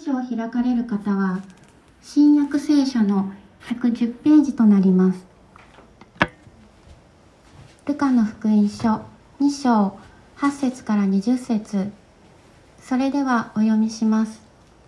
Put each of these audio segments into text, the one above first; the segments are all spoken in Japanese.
書を開かれる方は、新約聖書の110ページとなります。ルカの福音書2章8節から20節。それではお読みします。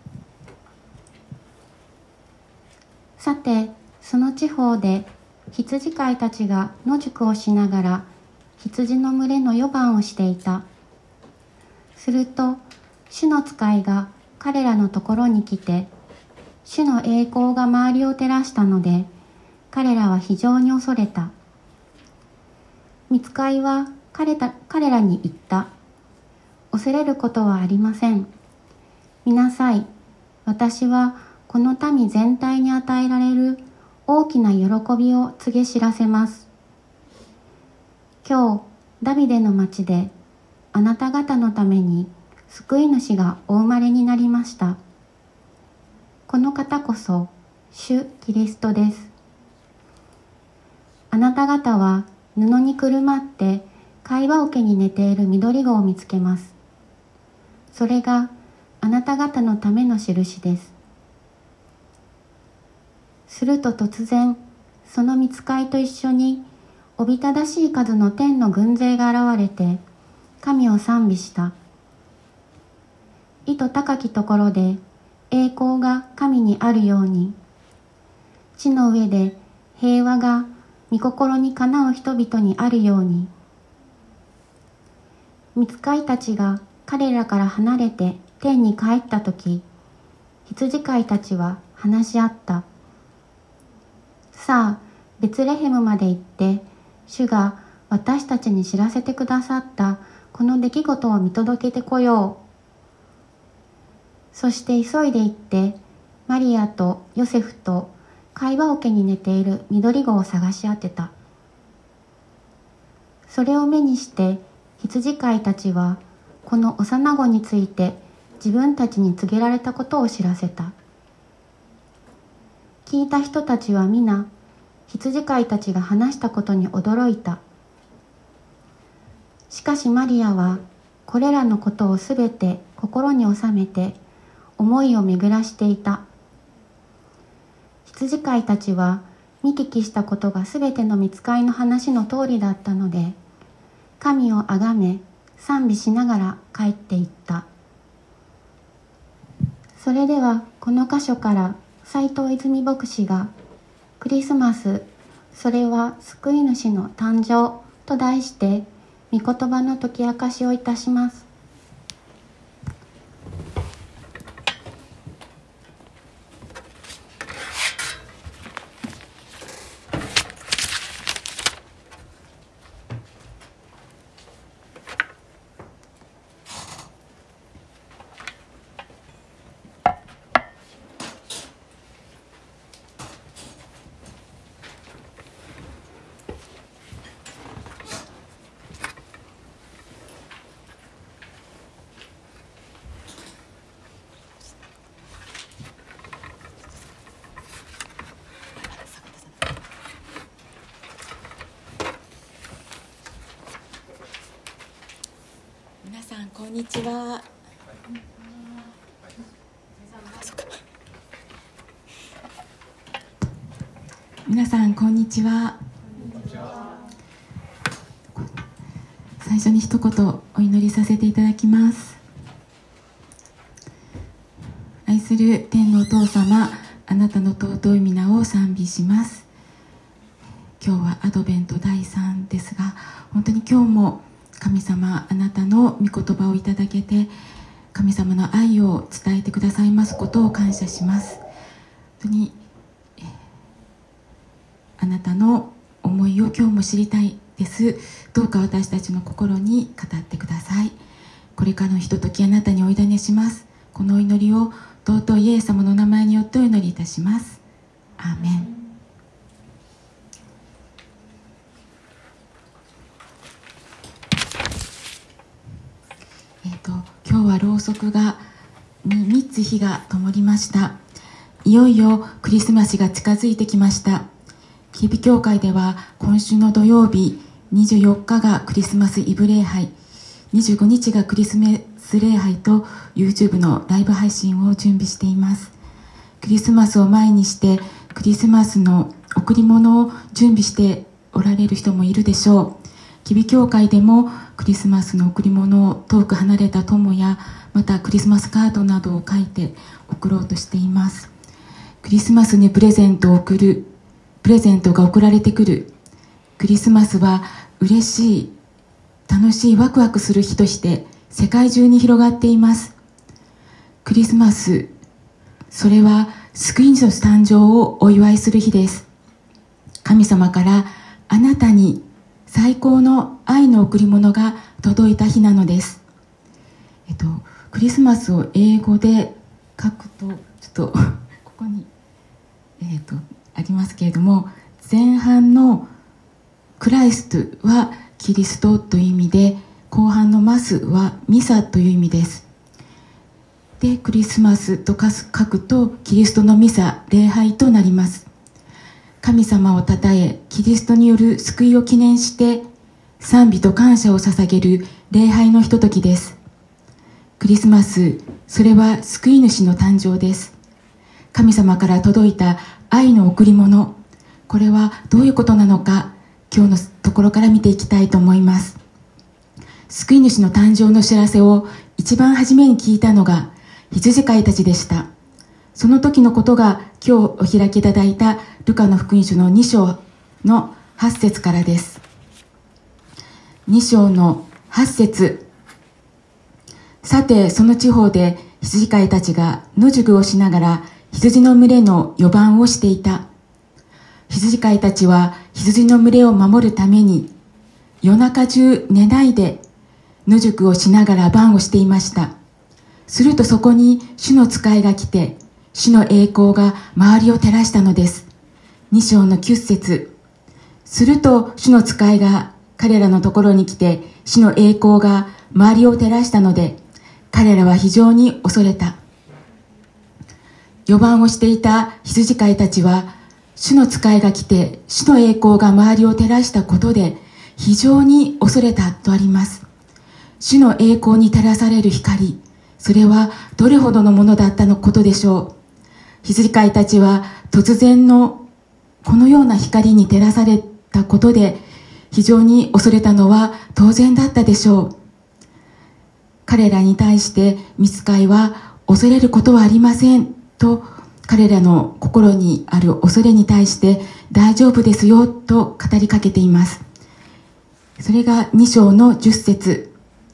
さて、その地方で羊飼いたちが野宿をしながら羊の群れの予番をしていた。すると、主の使いが彼らのところに来て、主の栄光が周りを照らしたので、彼らは非常に恐れた。御使いは彼らに言った。恐れることはありません。見なさい。私はこの民全体に与えられる大きな喜びを告げ知らせます。今日、ダビデの町であなた方のために救い主がお生まれになりました。この方こそ主キリストです。あなた方は布にくるまって貝羽桶に寝ている緑子を見つけます。それがあなた方のための印です。すると突然、その御使いと一緒におびただしい数の天の軍勢が現れて、神を賛美した。意図高きところで栄光が神にあるように、地の上で平和が御心にかなう人々にあるように。御使いたちが彼らから離れて天に帰ったとき、羊飼いたちは話し合った。さあ、ベツレヘムまで行って、主が私たちに知らせてくださったこの出来事を見届けてこよう。そして急いで行って、マリアとヨセフと貝羽桶に寝ている緑子を探し当てた。それを目にして、羊飼いたちはこの幼子について自分たちに告げられたことを知らせた。聞いた人たちは皆、羊飼いたちが話したことに驚いた。しかしマリアはこれらのことをすべて心に収めて思いを巡らしていた。羊飼いたちは見聞きしたことがすべての御使いの話の通りだったので、神をあがめ賛美しながら帰っていった。それではこの箇所から斉藤泉牧師がクリスマス、それは救い主の誕生と題して御言葉の解き明かしをいたします。 皆さんこんにちは。皆さんこんにちは。最初に一言お祈りさせていただきます。愛する天のお父様、あなたの尊い皆を賛美します。今日はアドベント第3ですが、本当に今日も神様、あなたの御言葉をいただけて、神様の愛を伝えてくださいますことを感謝します。本当にあなたの思いを今日も知りたいです。どうか私たちの心に語ってください。これからのひとときあなたにお委ねします。このお祈りを尊いイエス様の名前によってお祈りいたします。アーメン。今日はろうそくが3つ火が灯りました。いよいよクリスマスが近づいてきました。キビ教会では今週の土曜日24日がクリスマスイブ礼拝、25日がクリスマス礼拝と YouTube のライブ配信を準備しています。クリスマスを前にしてクリスマスの贈り物を準備しておられる人もいるでしょう。吉備教会でもクリスマスの贈り物を遠く離れた友や、またクリスマスカードなどを書いて送ろうとしています。クリスマスにプレゼントが送られてくる。クリスマスは嬉しい、楽しい、ワクワクする日として世界中に広がっています。クリスマス、それは救い主の誕生をお祝いする日です。神様からあなたに最高の愛の贈り物が届いた日なのです。クリスマスを英語で書くと、ちょっとここに、ありますけれども、前半のクライストはキリストという意味で、後半のマスはミサという意味です。で、クリスマスと書くとキリストのミサ、礼拝となります。神様をたたえ、キリストによる救いを記念して賛美と感謝を捧げる礼拝のひとときです。クリスマス、それは救い主の誕生です。神様から届いた愛の贈り物、これはどういうことなのか、今日のところから見ていきたいと思います。救い主の誕生の知らせを一番初めに聞いたのが羊飼いたちでした。その時のことが今日お開きいただいたルカの福音書の2章の8節からです。2章の8節。さてその地方で羊飼いたちが野宿をしながら羊の群れの予番をしていた。羊飼いたちは羊の群れを守るために夜中中寝ないで野宿をしながら番をしていました。するとそこに主の使いが来て、主の栄光が周りを照らしたのです。2章の9節。すると主の使いが彼らのところに来て、主の栄光が周りを照らしたので、彼らは非常に恐れた。予番をしていた羊飼いたちは、主の使いが来て、主の栄光が周りを照らしたことで、非常に恐れたとあります。主の栄光に照らされる光、それはどれほどのものだったのことでしょう。羊飼いたちは突然のこのような光に照らされたことで非常に恐れたのは当然だったでしょう。彼らに対して御使いは恐れることはありませんと、彼らの心にある恐れに対して大丈夫ですよと語りかけています。それが2章の10節。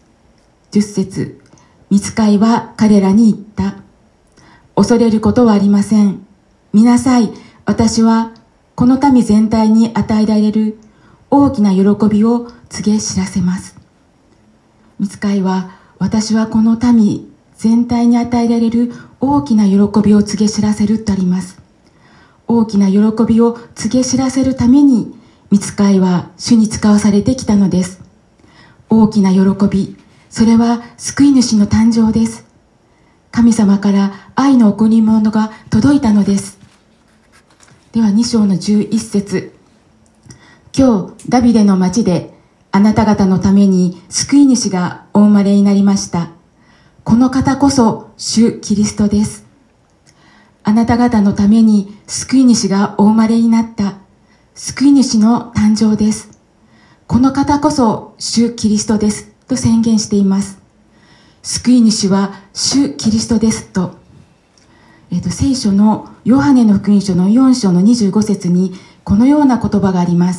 御使いは彼らに言った。恐れることはありません。見なさい。私はこの民全体に与えられる大きな喜びを告げ知らせます。御使いは、私はこの民全体に与えられる大きな喜びを告げ知らせるとあります。大きな喜びを告げ知らせるために御使いは主に使わされてきたのです。大きな喜び、それは救い主の誕生です。神様から愛の贈り物が届いたのです。では2章の11節。今日ダビデの町であなた方のために救い主がお生まれになりました。この方こそ主キリストです。あなた方のために救い主がお生まれになった。救い主の誕生です。この方こそ主キリストですと宣言しています。救い主は主キリストですと。聖書のヨハネの福音書の4章の25節にこのような言葉があります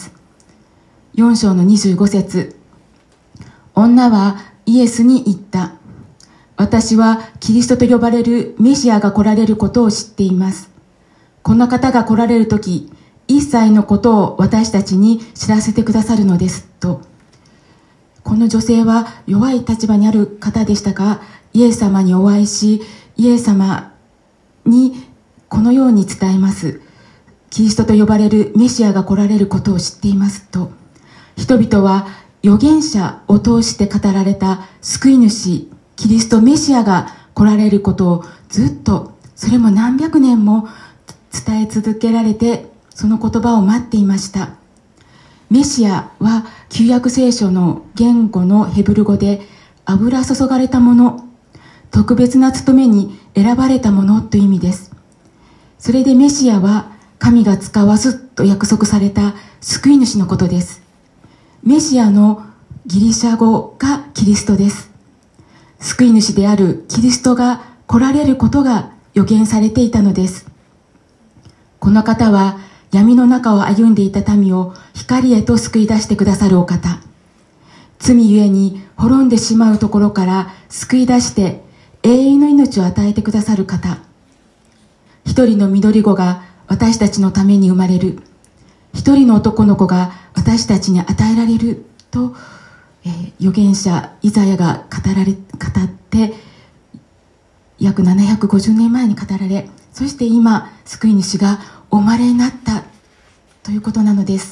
。4章の25節。女はイエスに言った。私はキリストと呼ばれるメシアが来られることを知っています。この方が来られるとき、一切のことを私たちに知らせてくださるのですと。この女性は弱い立場にある方でしたが、イエス様にお会いし、イエス様にこのように伝えます。キリストと呼ばれるメシアが来られることを知っていますと。人々は預言者を通して語られた救い主キリストメシアが来られることをずっと、それも何百年も伝え続けられて、その言葉を待っていました。メシアは旧約聖書の言語のヘブル語で油注がれたもの、特別な務めに選ばれたものという意味です。それでメシアは神が使わすと約束された救い主のことです。メシアのギリシャ語がキリストです。救い主であるキリストが来られることが予言されていたのです。この方は闇の中を歩んでいた民を光へと救い出してくださるお方。罪ゆえに滅んでしまうところから救い出して永遠の命を与えてくださる方。一人の緑子が私たちのために生まれる。一人の男の子が私たちに与えられると、預言者イザヤが語って約750年前に語られ、そして今救い主がお生まれになったということなのです。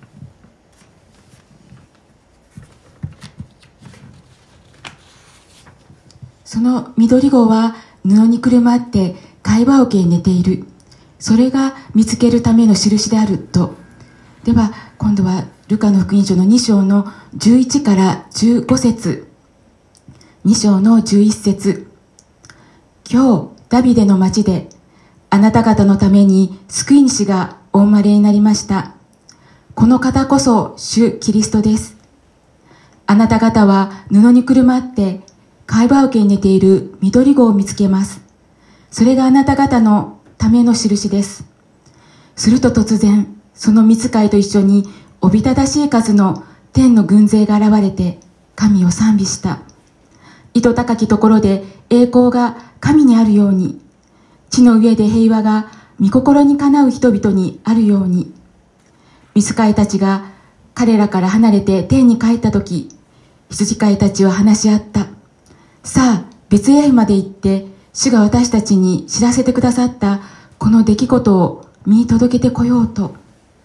その緑子は布にくるまって貝羽桶に寝ている。それが見つけるための印であると。では今度はルカの福音書の2章の11から15節、2章の11節、今日ダビデの町であなた方のために救い主がお生まれになりました。この方こそ主キリストです。あなた方は布にくるまって貝羽桶に寝ている緑子を見つけます。それがあなた方のための印です。すると突然、その御使いと一緒におびただしい数の天の軍勢が現れて神を賛美した。意図高きところで栄光が神にあるように、地の上で平和が御心にかなう人々にあるように。御使いたちが彼らから離れて天に帰ったとき、羊飼いたちは話し合った。さあ、ベツレヘムまで行って、主が私たちに知らせてくださったこの出来事を見に届けてこようと。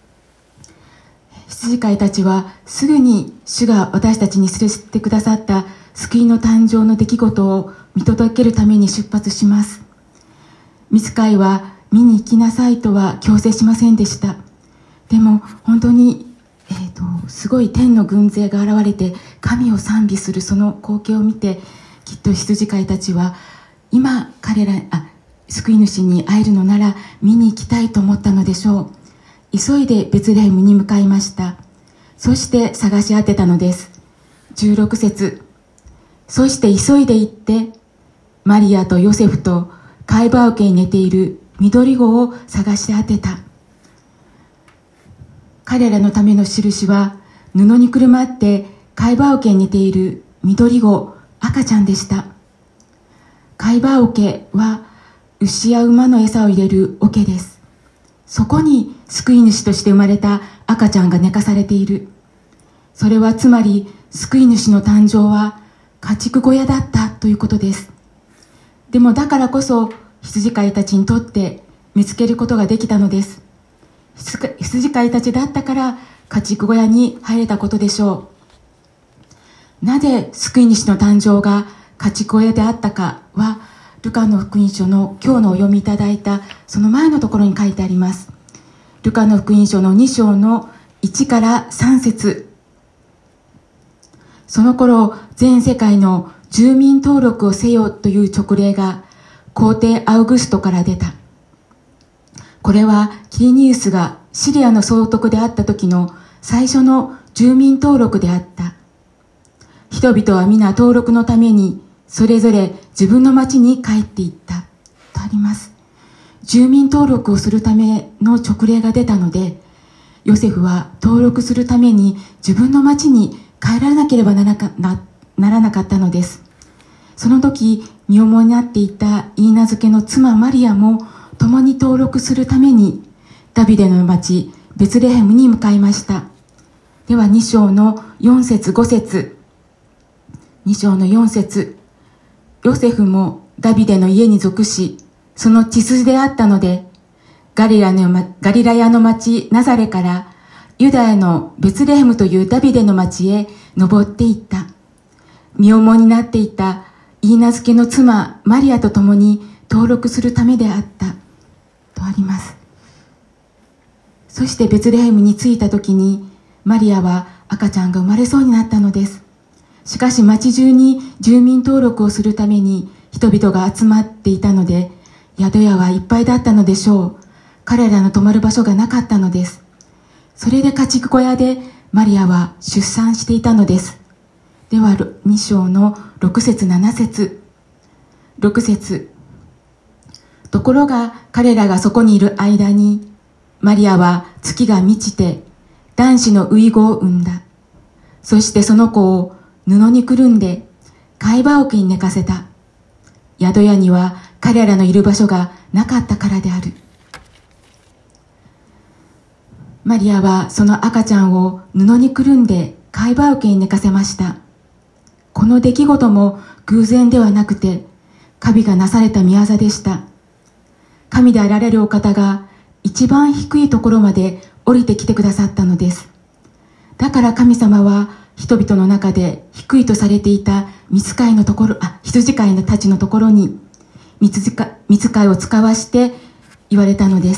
羊飼いたちはすぐに主が私たちに知らせてくださった救いの誕生の出来事を見届けるために出発します。御使いは見に行きなさいとは強制しませんでした。でも本当に、すごい天の軍勢が現れて神を賛美するその光景を見て、きっと羊飼いたちは今救い主に会えるのなら見に行きたいと思ったのでしょう。急いでベツレヘムに向かいました。そして探し当てたのです。16節、そして急いで行ってマリアとヨセフと貝羽桶に寝ている緑子を探し当てた。彼らのための印は布にくるまって貝羽桶に寝ている緑子、赤ちゃんでした。貝羽桶は牛や馬の餌を入れる桶です。そこに救い主として生まれた赤ちゃんが寝かされている。それはつまり救い主の誕生は家畜小屋だったということです。でもだからこそ羊飼いたちにとって見つけることができたのです。羊飼いたちだったから家畜小屋に入れたことでしょう。なぜ救い主の誕生が家畜小屋であったかはルカの福音書の今日のお読みいただいたその前のところに書いてあります。ルカの福音書の2章の1から3節、その頃全世界の住民登録をせよという勅令が皇帝アウグストから出た。これはキリニウスがシリアの総督であった時の最初の住民登録であった。人々は皆登録のためにそれぞれ自分の町に帰っていったとあります。住民登録をするための勅令が出たので、ヨセフは登録するために自分の町に帰らなければならなかったのです。その時身重になっていたイーナ漬けの妻マリアも共に登録するためにダビデの町ベツレヘムに向かいました。では2章の4節5節、2章の4節、ヨセフもダビデの家に属し、その血筋であったので、ガリラヤの町ナザレからユダヤのベツレヘムというダビデの町へ登っていった。身重になっていたイーナ漬けの妻マリアと共に登録するためであったとあります。そしてベツレヘムに着いた時にマリアは赤ちゃんが生まれそうになったのです。 しかし町中に住民登録をするために人々が集まっていたので、宿屋はいっぱいだったのでしょう。彼らの泊まる場所がなかったのです。それで家畜小屋でマリアは出産していたのです。では2章の6節7節6節ところが彼らがそこにいる間に、マリアは月が満ちて男子の遺子を産んだ。そしてその子を布にくるんで貝羽桶に寝かせた。宿屋には彼らのいる場所がなかったからである。マリアはその赤ちゃんを布にくるんで貝羽桶に寝かせました。この出来事も偶然ではなくて、神がなされた御業でした。神であられるお方が一番低いところまで降りてきてくださったのです。だから神様は人々の中で低いとされていた羊飼いたちのところに御使いを使わして言われたのです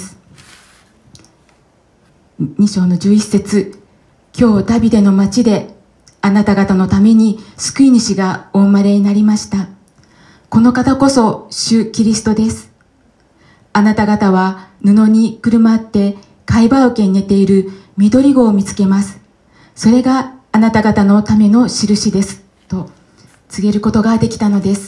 。2章の11節、今日ダビデの町であなた方のために救い主がお生まれになりました。この方こそ主キリストです。あなた方は布にくるまって貝羽桶に寝ている緑子を見つけます。それがあなた方のための印です。と告げることができたのです。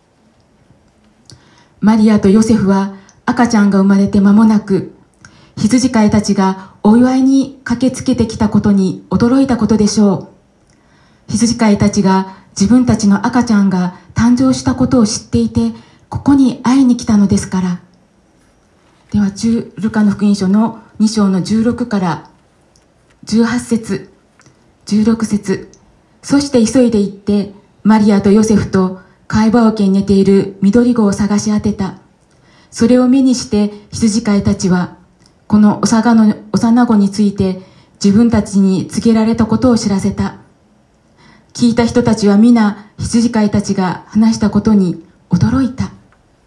マリアとヨセフは赤ちゃんが生まれて間もなく、羊飼いたちがお祝いに駆けつけてきたことに驚いたことでしょう。羊飼いたちが自分たちの赤ちゃんが誕生したことを知っていて、ここに会いに来たのですから。ではルカの福音書の2章の16から18節16節、そして急いで行ってマリアとヨセフと貝羽桶に寝ている緑子を探し当てた。それを目にして羊飼いたちはこの幼子について自分たちに告げられたことを知らせた。聞いた人たちは皆羊飼いたちが話したことに驚いた。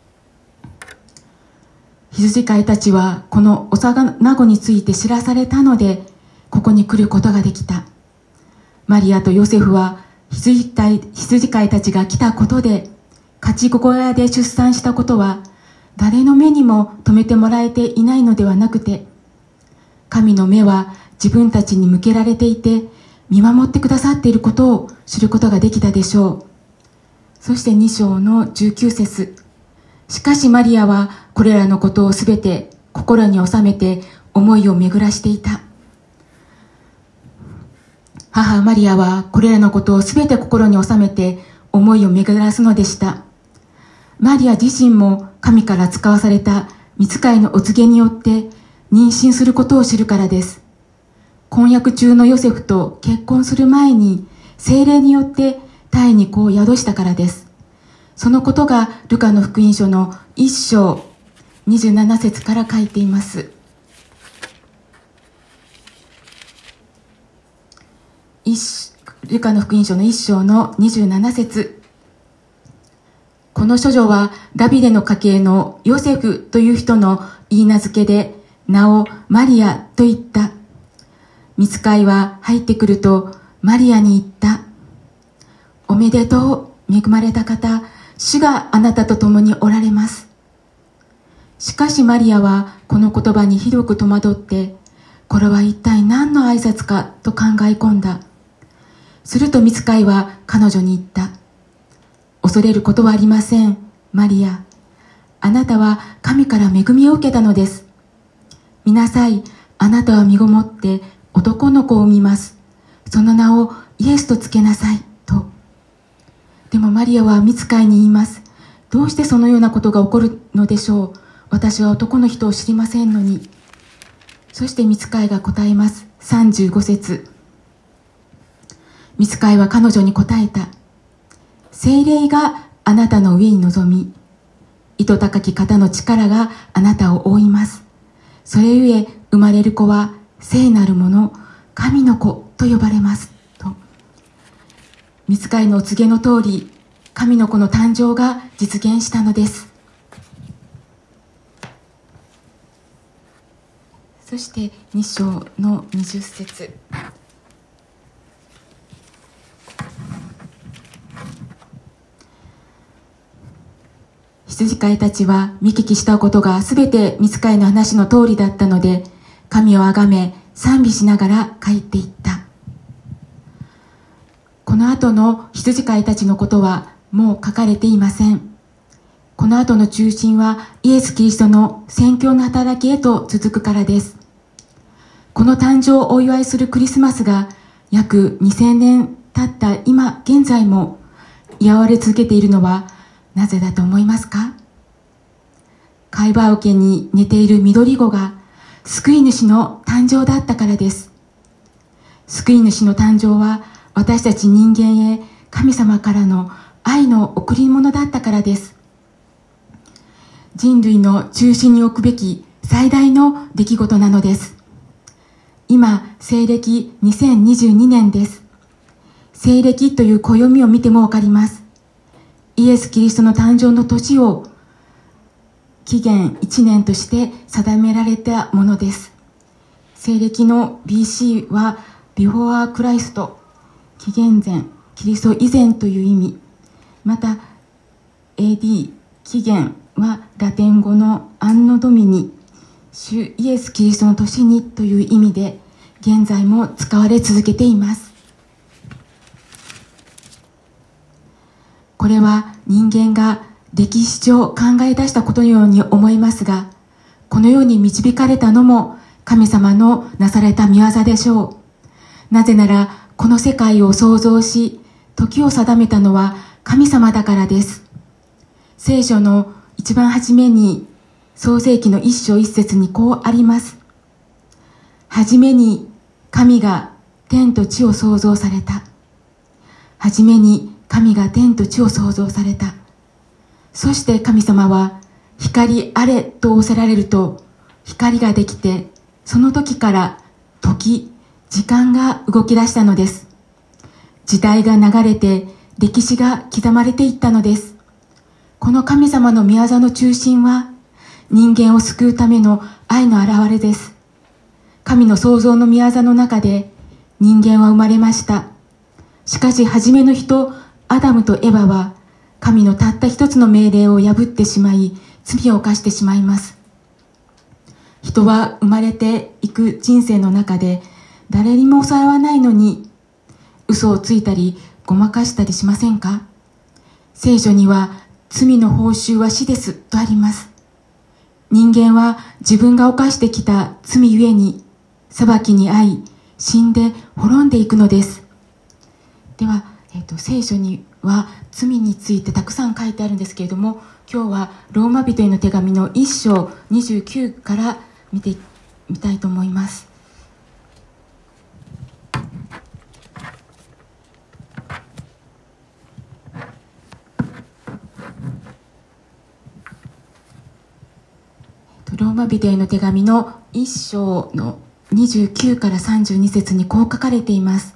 羊飼いたちはこの幼子について知らされたので、ここに来ることができた。マリアとヨセフは羊飼いたちが来たことで、家畜小屋で出産したことは誰の目にも留めてもらえていないのではなくて、神の目は自分たちに向けられていて見守ってくださっていることを知ることができたでしょう。そして2章の19節、しかしマリアはこれらのことをすべて心に収めて思いを巡らしていた。母マリアはこれらのことをすべて心に収めて思いを巡らすのでした。マリア自身も神から使わされた御使いのお告げによって妊娠することを知るからです。婚約中のヨセフと結婚する前に聖霊によって胎に子を宿したからです。そのことがルカの福音書の1章27節から書いています。ルカの福音書の1章の27節、この処女はダビデの家系のヨセフという人の言い名付けで名をマリアと言った。御使いは入ってくるとマリアに言った。おめでとう、恵まれた方、主があなたと共におられます。しかしマリアはこの言葉にひどく戸惑って、これは一体何の挨拶かと考え込んだ。すると御使いは彼女に言った。恐れることはありません、マリア。あなたは神から恵みを受けたのです。見なさい、あなたは身ごもって男の子を産みます。その名をイエスとつけなさい、と。でもマリアは御使いに言います。どうしてそのようなことが起こるのでしょう。私は男の人を知りませんのに。そして御使いが答えます。35節。御使いは彼女に答えた。聖霊があなたの上に臨み、糸高き方の力があなたを覆います。それゆえ生まれる子は聖なるもの、神の子と呼ばれます。と。御使いのお告げの通り、神の子の誕生が実現したのです。そして2章の20節。 羊飼いたちは見聞きしたことがすべて御使いの話の通りだったので、神をあがめ賛美しながら帰っていった。この後の羊飼いたちのことはもう書かれていません。この後の中心はイエス・キリストの宣教の働きへと続くからです。この誕生をお祝いするクリスマスが約2000年経った今現在も祝われ続けているのはなぜだと思いますか？貝羽桶に寝ている緑子が救い主の誕生だったからです。救い主の誕生は私たち人間へ神様からの愛の贈り物だったからです。人類の中心に置くべき最大の出来事なのです。今、西暦2022年です。西暦という暦を見てもわかります。イエス・キリストの誕生の年を紀元1年として定められたものです。西暦の BC はビフォークライスト、紀元前、キリスト以前という意味。また AD、紀元はラテン語のアンノドミニ、主イエス・キリストの年にという意味で現在も使われ続けています。これは人間が歴史上考え出したことのように思いますが、このように導かれたのも神様のなされた御業でしょう。なぜならこの世界を創造し時を定めたのは神様だからです。聖書の一番初めに創世記の一章一節にこうあります。はじめに神が天と地を創造された。はじめに神が天と地を創造された。そして神様は光あれと仰せられると光ができて、その時から時間が動き出したのです。時代が流れて歴史が刻まれていったのです。この神様の御業の中心は人間を救うための愛の表れです。神の創造の御業の中で人間は生まれました。しかし初めの人アダムとエバは神のたった一つの命令を破ってしまい罪を犯してしまいます。人は生まれていく人生の中で誰にも教わないのに嘘をついたりごまかしたりしませんか？聖書には罪の報酬は死ですとあります。人間は自分が犯してきた罪ゆえに裁きに遭い死んで滅んでいくのです。では、聖書には罪についてたくさん書いてあるんですけれども、今日はローマ人への手紙の1章29から見てみたいと思います。ローマ人への手紙の1章の29から32節にこう書かれています。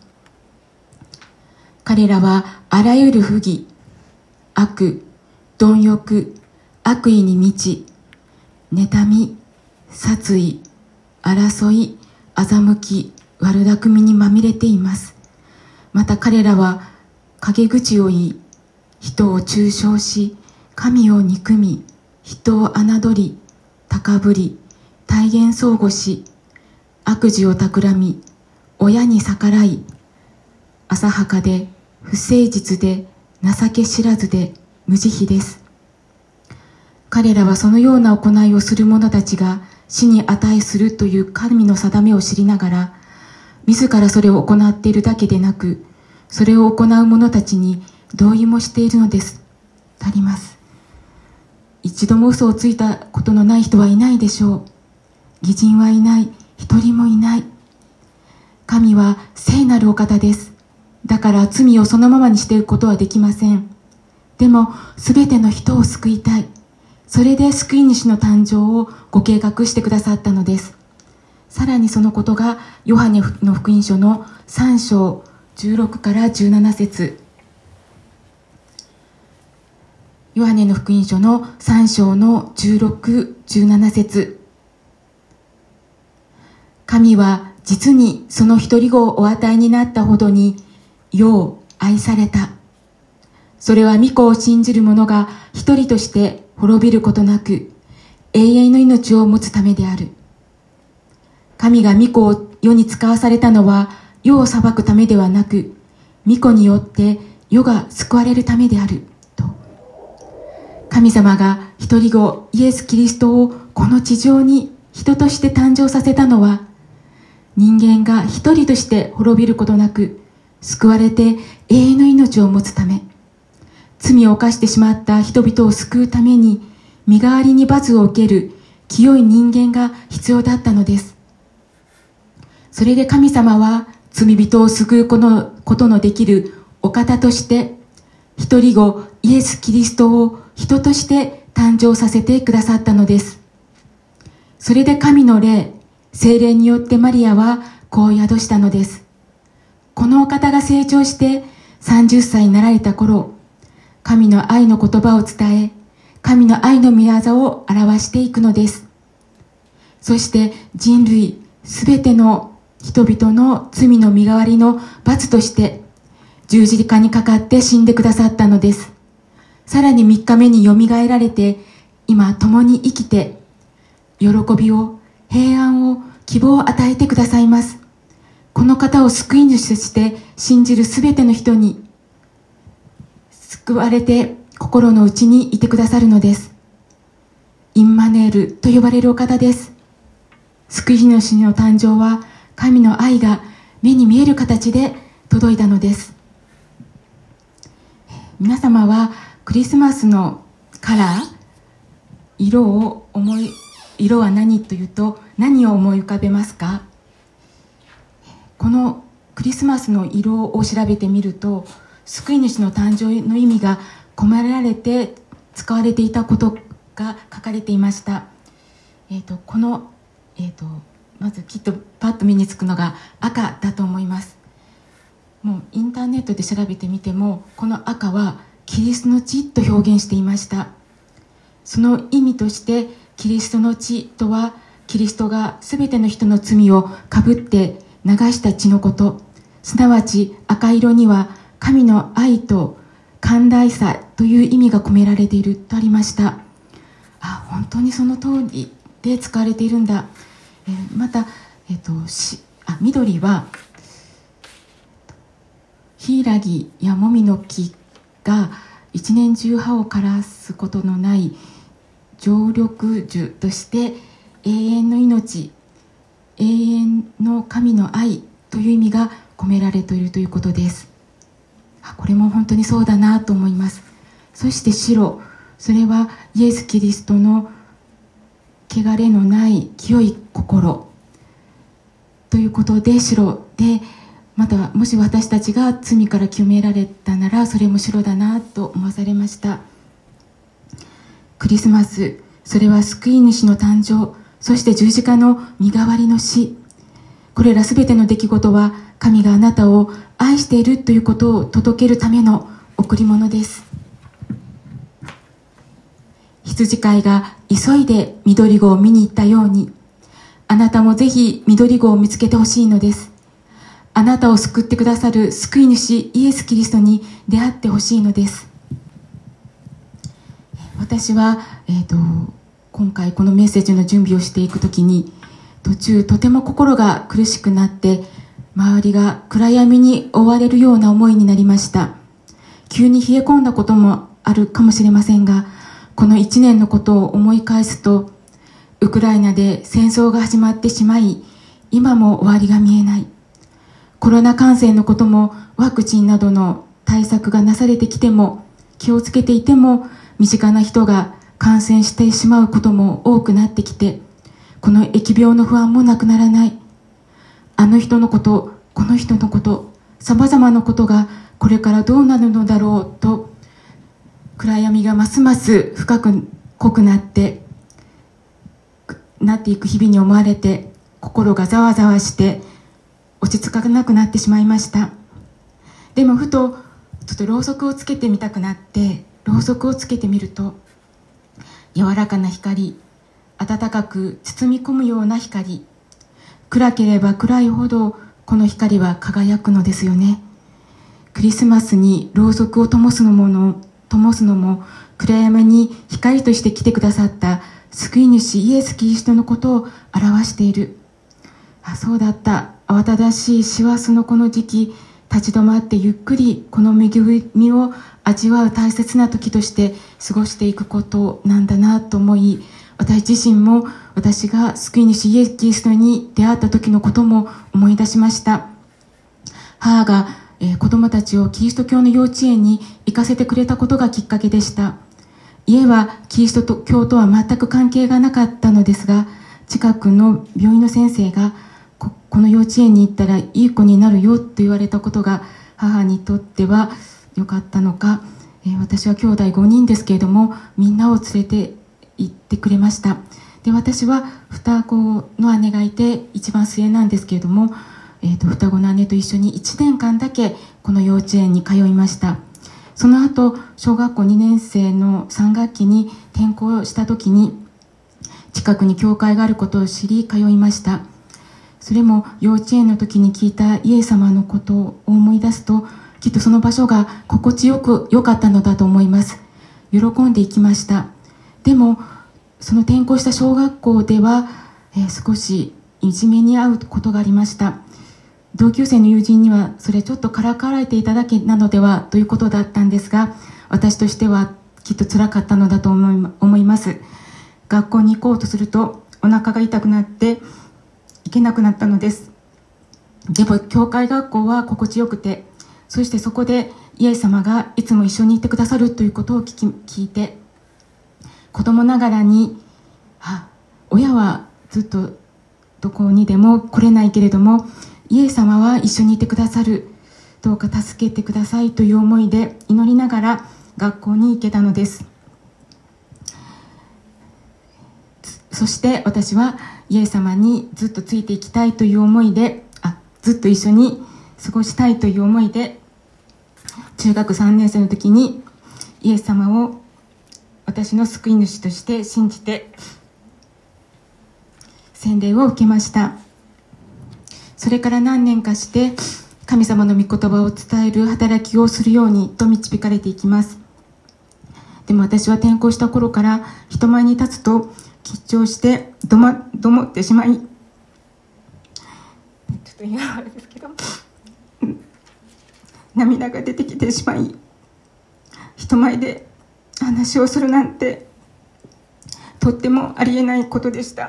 彼らはあらゆる不義、悪、貪欲、悪意に満ち、妬み、殺意、争い、欺き、悪巧みにまみれています。また彼らは陰口を言い、人を中傷し、神を憎み、人を侮り、高ぶり、大言相互し、悪事を企み、親に逆らい、浅はかで不誠実で情け知らずで無慈悲です。彼らはそのような行いをする者たちが死に値するという神の定めを知りながら、自らそれを行っているだけでなく、それを行う者たちに同意もしているのです。とあります。一度も嘘をついたことのない人はいないでしょう。義人はいない、一人もいない。神は聖なるお方です。だから罪をそのままにしていくことはできません。でもすべての人を救いたい。それで救い主の誕生をご計画してくださったのです。さらにそのことがヨハネの福音書の3章16から17節。ヨハネの福音書の3章の16、17節。神は実にその一人子をお与えになったほどに世を愛された。 それは御子を信じる者が一人として滅びることなく、永遠の命を持つためである。神が御子を世に使わされたのは、世を裁くためではなく、御子によって世が救われるためであると。神様が一人子イエス・キリストをこの地上に人として誕生させたのは、人間が一人として滅びることなく救われて永遠の命を持つため、罪を犯してしまった人々を救うために身代わりに罰を受ける清い人間が必要だったのです。それで神様は罪人を救うことのできるお方として一人子イエス・キリストを人として誕生させてくださったのです。それで神の霊、聖霊によってマリアはこう宿したのです。このお方が成長して30歳になられた頃、神の愛の言葉を伝え、神の愛の御業を表していくのです。そして人類すべての人々の罪の身代わりの罰として十字架にかかって死んでくださったのです。さらに3日目によみがえられて、今共に生きて喜びを、平安を、希望を与えてくださいます。この方を救い主として信じるすべての人に救われて心の内にいてくださるのです。インマヌエルと呼ばれるお方です。救い主の誕生は神の愛が目に見える形で届いたのです。皆様はクリスマスのカラー、色は何というと何を思い浮かべますか？このクリスマスの色を調べてみると、救い主の誕生の意味が込められて使われていたことが書かれていました。まずきっとパッと目につくのが赤だと思います。もうインターネットで調べてみても、この赤はキリストの血と表現していました。その意味としてキリストの血とは、キリストがすべての人の罪をかぶって流した血のこと、すなわち赤色には神の愛と寛大さという意味が込められているとありました。本当にその通りで使われているんだ。また、緑はヒイラギやモミの木が一年中葉を枯らすことのない常緑樹として永遠の命、永遠の神の愛という意味が込められているということです。これも本当にそうだなと思います。そして白、それはイエス・キリストの汚れのない清い心ということで白で、またもし私たちが罪から清められたならそれも白だなと思わされました。クリスマス、それは救い主の誕生、そして十字架の身代わりの死、これらすべての出来事は神があなたを愛しているということを届けるための贈り物です。羊飼いが急いで緑子を見に行ったように、あなたもぜひ緑子を見つけてほしいのです。あなたを救ってくださる救い主イエス・キリストに出会ってほしいのです。私は、今回このメッセージの準備をしていくときに、途中とても心が苦しくなって、周りが暗闇に覆われるような思いになりました。急に冷え込んだこともあるかもしれませんが、この1年のことを思い返すと、ウクライナで戦争が始まってしまい、今も終わりが見えない。コロナ感染のこともワクチンなどの対策がなされてきても、気をつけていても身近な人が感染してしまうことも多くなってきて、この疫病の不安もなくならない。あの人のこと、この人のこと、さまざまなことがこれからどうなるのだろうと、暗闇がますます深く濃くなっていく日々に思われて、心がざわざわして落ち着かなくなってしまいました。でもふとちょっとろうそくをつけてみたくなって、ろうそくをつけてみると、柔らかな光、暖かく包み込むような光、暗ければ暗いほどこの光は輝くのですよね。 クリスマスにろうそくを灯すのも暗闇に光として来てくださった救い主イエス・キリストのことを表している。そうだった。慌ただしい師走のこの時期、立ち止まってゆっくりこの恵みを味わう大切な時として過ごしていくことなんだなと思い、私自身も私が救い主イエス・キリストに出会った時のことも思い出しました。母が、子供たちをキリスト教の幼稚園に行かせてくれたことがきっかけでした。家はキリスト教とは全く関係がなかったのですが、近くの病院の先生がこの幼稚園に行ったらいい子になるよと言われたことが母にとっては良かったのか、私は兄弟5人ですけれども、みんなを連れて行ってくれました。で、私は双子の姉がいて一番末なんですけれども、双子の姉と一緒に1年間だけこの幼稚園に通いました。その後、小学校2年生の3学期に転校した時に近くに教会があることを知り通いました。それも幼稚園の時に聞いたイエス様のことを思い出すと、きっとその場所が心地よく良かったのだと思います。喜んでいきました。でもその転校した小学校では、少しいじめに遭うことがありました。同級生の友人にはそれちょっとからかわれていただけなのではということだったんですが、私としてはきっと辛かったのだと思います。学校に行こうとするとお腹が痛くなって行けなくなったのです。でも教会学校は心地よくて、そしてそこでイエス様がいつも一緒にいてくださるということを聞いて、子供ながらに、親はずっとどこにでも来れないけれどもイエス様は一緒にいてくださる、どうか助けてくださいという思いで祈りながら学校に行けたのです。そして私はイエス様にずっとついていきたいという思いで、ずっと一緒に過ごしたいという思いで、中学3年生の時にイエス様を私の救い主として信じて洗礼を受けました。それから何年かして神様の御言葉を伝える働きをするようにと導かれていきます。でも私は転校した頃から人前に立つと緊張してどもってしまい、ちょっと言いがあるんですけど、涙が出てきてしまい、人前で話をするなんてとってもありえないことでした。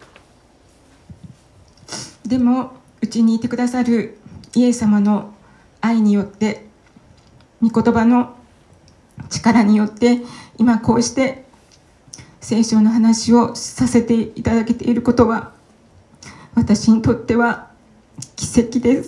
でもうちにいてくださるイエス様の愛によって、御言葉の力によって、今こうして聖書の話をさせていただけていることは、私にとっては奇跡です。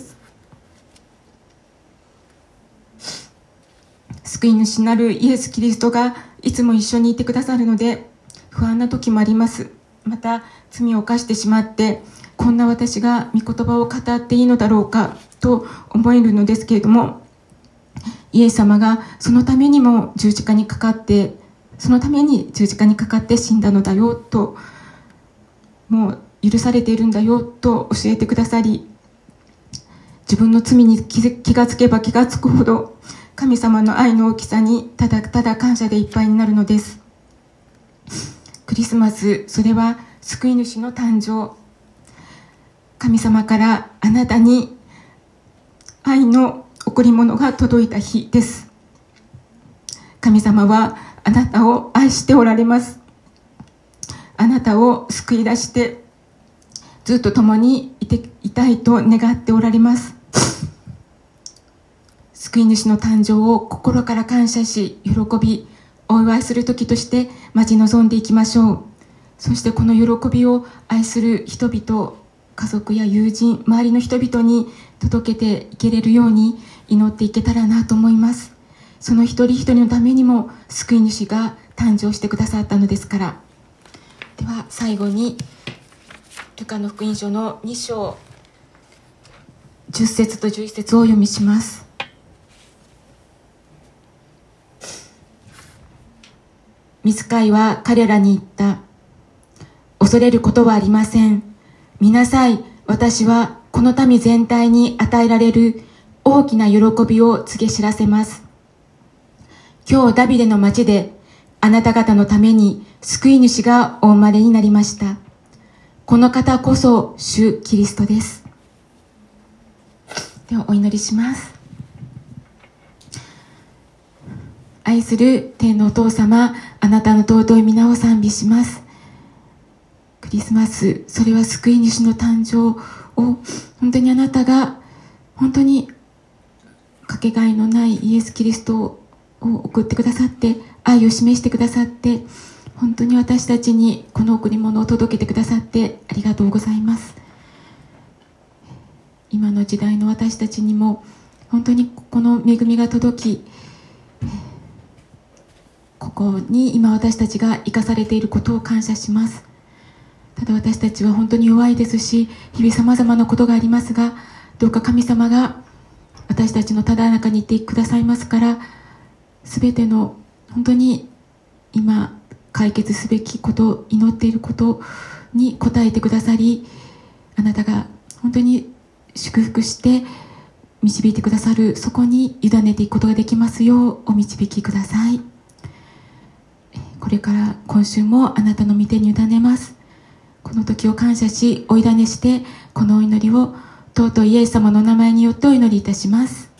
救い主なるイエス・キリストがいつも一緒にいてくださるので、不安な時もあります。また罪を犯してしまって、こんな私が御言葉を語っていいのだろうかと思えるのですけれども、イエス様がそのために十字架にかかって死んだのだよと、もう許されているんだよと教えてくださり、自分の罪に気がつけば気がつくほど神様の愛の大きさにただただ感謝でいっぱいになるのです。クリスマス、それは救い主の誕生、神様からあなたに愛の贈り物が届いた日です。神様はあなたを愛しておられます。あなたを救い出してずっと共にいたいと願っておられます。救い主の誕生を心から感謝し、喜びお祝いする時として待ち望んでいきましょう。そしてこの喜びを愛する人々、家族や友人、周りの人々に届けていけれるように祈っていけたらなと思います。その一人一人のためにも救い主が誕生してくださったのですから。では最後にルカの福音書の2章10節と11節をお読みします。御使いは彼らに言った。恐れることはありません。見なさい、私はこの民全体に与えられる大きな喜びを告げ知らせます。今日ダビデの町であなた方のために救い主がお生まれになりました。この方こそ主キリストです。ではお祈りします。愛する天のお父様、あなたの尊い皆を賛美します。クリスマス、それは救い主の誕生を本当にあなたが本当にかけがえのないイエス・キリストを送ってくださって、愛を示してくださって、本当に私たちにこの贈り物を届けてくださってありがとうございます。今の時代の私たちにも本当にこの恵みが届き、ここに今私たちが生かされていることを感謝します。ただ私たちは本当に弱いですし、日々さまざまなことがありますが、どうか神様が私たちのただ中にいてくださいますから、すべての本当に今解決すべきこと、祈っていることに応えてくださり、あなたが本当に祝福して導いてくださる、そこに委ねていくことができますようお導きください。これから今週もあなたの御手に委ねます。この時を感謝しお委ねして、このお祈りを尊いイエス様の名前によってお祈りいたします。